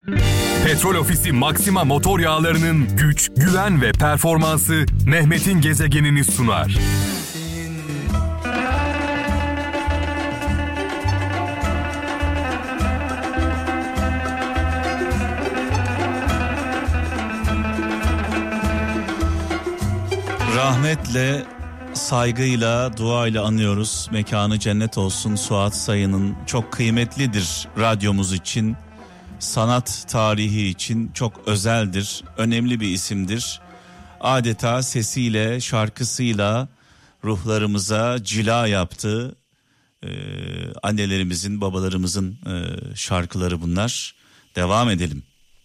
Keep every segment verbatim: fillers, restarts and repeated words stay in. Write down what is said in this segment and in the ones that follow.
Petrol Ofisi Maxima motor yağlarının güç, güven ve performansı Mehmet'in gezegenini sunar. Rahmetle, saygıyla, duayla anıyoruz. Mekanı cennet olsun Suat Sayın'ın, çok kıymetlidir radyomuz için. Sanat tarihi için çok özeldir, önemli bir isimdir. Adeta sesiyle, şarkısıyla ruhlarımıza cila yaptı. Ee, annelerimizin, babalarımızın e, şarkıları bunlar. Devam edelim.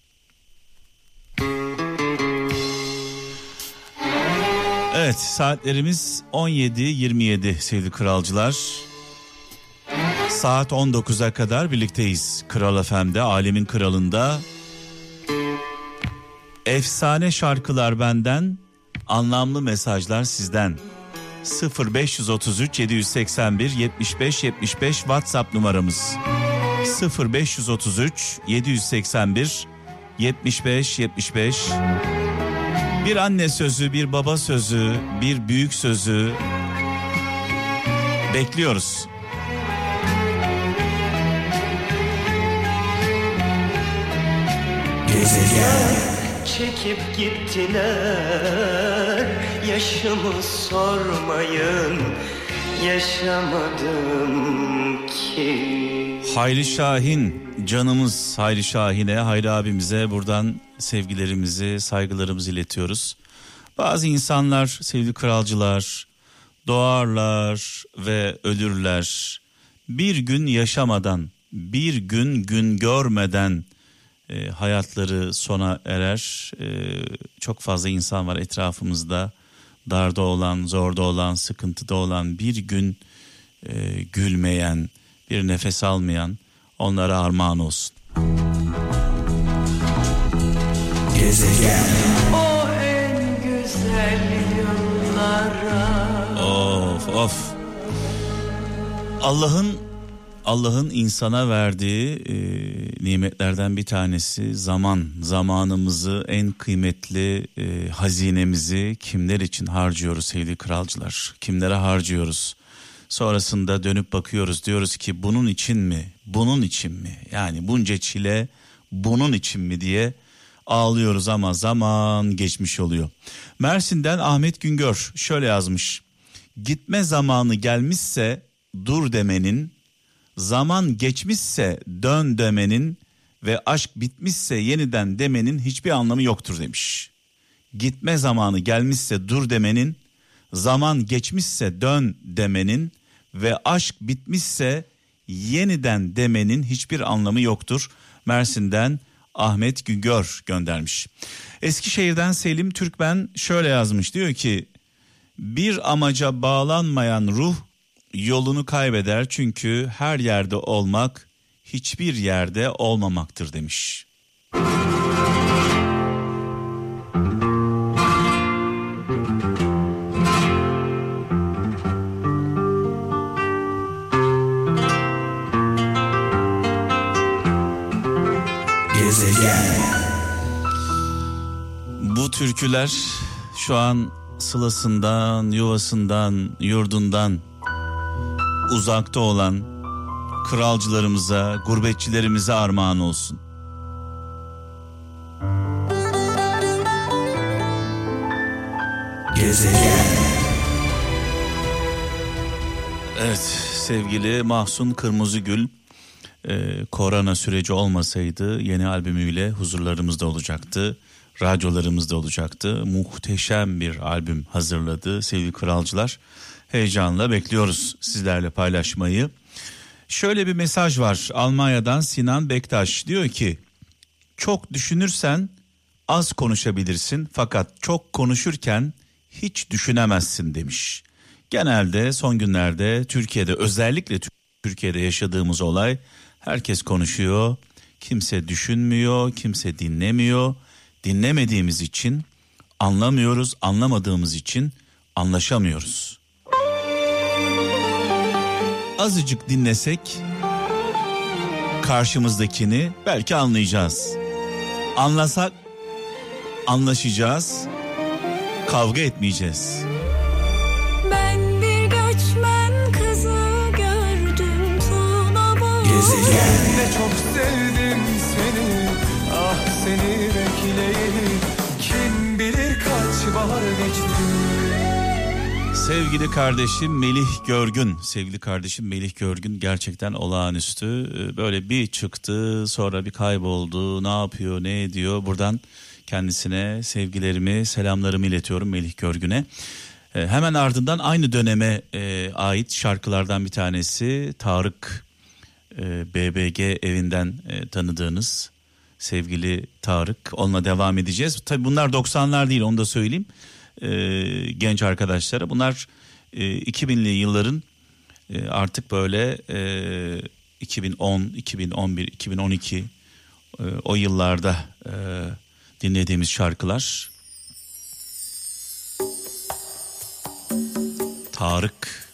Evet, saatlerimiz on yedi yirmi yedi sevgili kralcılar. Saat on dokuza kadar birlikteyiz Kral F M'de, Alemin Kralı'nda. Efsane şarkılar benden, anlamlı mesajlar sizden. sıfır beş otuz üç yedi seksen bir yetmiş beş yetmiş beş WhatsApp numaramız. sıfır beş otuz üç yedi seksen bir yetmiş beş yetmiş beş. Bir anne sözü, bir baba sözü, bir büyük sözü bekliyoruz. Gezegen çekip gittiler, yaşımı sormayın, yaşamadım ki. Hayri Şahin, canımız Hayri Şahin'e, Hayri abimize buradan sevgilerimizi, saygılarımızı iletiyoruz. Bazı insanlar, sevgili kralcılar, doğarlar ve ölürler. Bir gün yaşamadan, bir gün gün görmeden e, hayatları sona erer. E, çok fazla insan var etrafımızda, darda olan, zorda olan, sıkıntıda olan, bir gün e, gülmeyen, bir nefes almayan, onlara armağan olsun. Gezegen. O en güzel yıllara. Of of. Allah'ın Allah'ın insana verdiği e, nimetlerden bir tanesi zaman. Zamanımızı, en kıymetli e, hazinemizi kimler için harcıyoruz sevgili kralcılar? Kimlere harcıyoruz? Sonrasında dönüp bakıyoruz, diyoruz ki bunun için mi? Bunun için mi? Yani bunca çile bunun için mi diye ağlıyoruz ama zaman geçmiş oluyor. Mersin'den Ahmet Güngör şöyle yazmış. Gitme zamanı gelmişse dur demenin, zaman geçmişse dön demenin ve aşk bitmişse yeniden demenin hiçbir anlamı yoktur demiş. Gitme zamanı gelmişse dur demenin, zaman geçmişse dön demenin ve aşk bitmişse yeniden demenin hiçbir anlamı yoktur. Mersin'den Ahmet Güngör göndermiş. Eskişehir'den Selim Türkmen şöyle yazmış, diyor ki bir amaca bağlanmayan ruh yolunu kaybeder, çünkü her yerde olmak hiçbir yerde olmamaktır demiş. Gezegen. Bu türküler şu an sılasından, yuvasından, yurdundan uzakta olan kralcılarımıza, gurbetçilerimize armağan olsun. Gezegen. Evet, sevgili Mahsun Kırmızıgül, e, korona süreci olmasaydı yeni albümüyle huzurlarımızda olacaktı. Radyolarımızda olacaktı. Muhteşem bir albüm hazırladı sevgili kralcılar. Heyecanla bekliyoruz sizlerle paylaşmayı. Şöyle bir mesaj var Almanya'dan Sinan Bektaş, diyor ki çok düşünürsen az konuşabilirsin, fakat çok konuşurken hiç düşünemezsin demiş. Genelde son günlerde Türkiye'de, özellikle Türkiye'de yaşadığımız olay, herkes konuşuyor, kimse düşünmüyor, kimse dinlemiyor. Dinlemediğimiz için anlamıyoruz, anlamadığımız için anlaşamıyoruz. Azıcık dinlesek karşımızdakini belki anlayacağız. Anlasak anlaşacağız, kavga etmeyeceğiz. Ben bir göçmen kızı gördüm Tuna Bağı. Gezegen. Ne çok sevdim seni, ah seni bekleyip kim bilir kaç bahar geçti. Sevgili kardeşim Melih Görgün, sevgili kardeşim Melih Görgün gerçekten olağanüstü. Böyle bir çıktı, sonra bir kayboldu. Ne yapıyor, ne ediyor? Buradan kendisine sevgilerimi, selamlarımı iletiyorum Melih Görgün'e. Hemen ardından aynı döneme e, ait şarkılardan bir tanesi Tarık e, B B G evinden e, tanıdığınız sevgili Tarık. Onunla devam edeceğiz. Tabii bunlar doksanlar değil, onu da söyleyeyim. Ee, genç arkadaşlara. Bunlar e, iki binli yılların e, artık böyle e, iki bin on, iki bin on bir, iki bin on iki e, o yıllarda e, dinlediğimiz şarkılar. Tarık.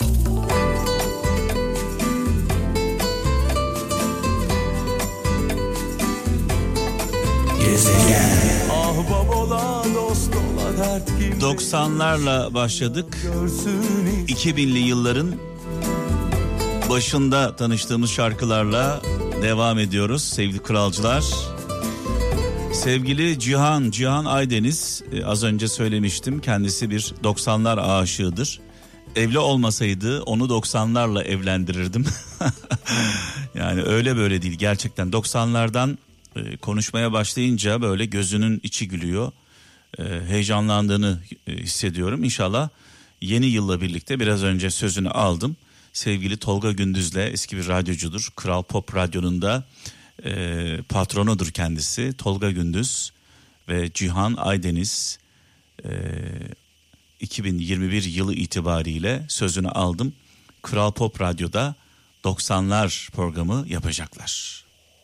Gezegen. Ah babola dost ola dert gibi. doksanlarla başladık. iki binli yılların başında tanıştığımız şarkılarla devam ediyoruz sevgili kralcılar. Sevgili Cihan, Cihan Aydeniz, e, az önce söylemiştim, kendisi bir doksanlar aşığıdır. Evli olmasaydı onu doksanlarla evlendirirdim. Yani öyle böyle değil, gerçekten doksanlardan e, konuşmaya başlayınca böyle gözünün içi gülüyor. E, heyecanlandığını e, hissediyorum. İnşallah yeni yılla birlikte, biraz önce sözünü aldım. Sevgili Tolga Gündüz'le, eski bir radyocudur. Kral Pop Radyo'nun da e, patronudur kendisi. Tolga Gündüz ve Cihan Aydeniz e, iki bin yirmi bir yılı itibariyle sözünü aldım. Kral Pop Radyo'da doksanlar programı yapacaklar.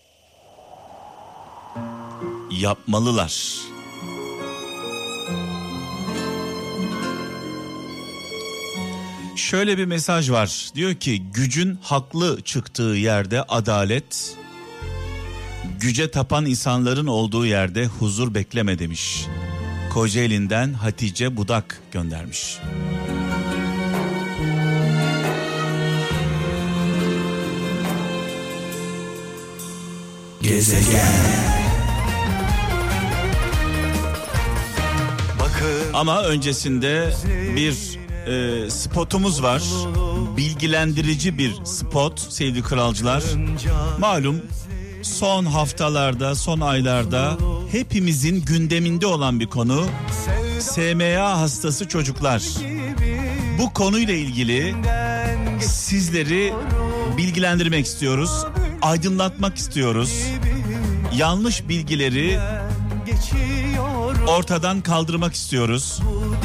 Yapmalılar. Şöyle bir mesaj var. Diyor ki gücün haklı çıktığı yerde adalet, güce tapan insanların olduğu yerde huzur bekleme demiş. Kocaeli'nden Hatice Budak göndermiş. Gezegen. Ama öncesinde bir e, spotumuz var. Bilgilendirici bir spot sevgili kralcılar. Malum son haftalarda, son aylarda hepimizin gündeminde olan bir konu S M A hastası çocuklar. Bu konuyla ilgili sizleri bilgilendirmek istiyoruz, aydınlatmak istiyoruz. Yanlış bilgileri ortadan kaldırmak istiyoruz.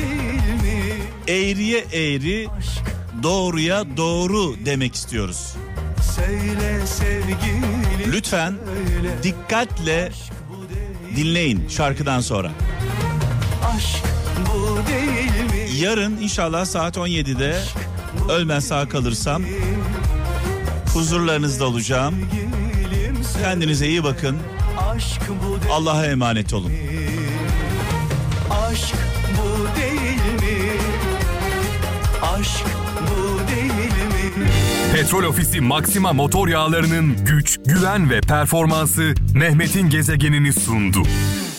Eğriye eğri, doğruya doğru demek istiyoruz. Lütfen dikkatle dinleyin şarkıdan sonra. Yarın inşallah saat on yedide ölmez sağ kalırsam huzurlarınızda olacağım. Kendinize iyi bakın. Allah'a emanet olun. Aşk bu değil mi? Aşk bu değil mi? Petrol Ofisi Maxima motor yağlarının güç, güven ve performansı Mehmet'in gezegenini sundu.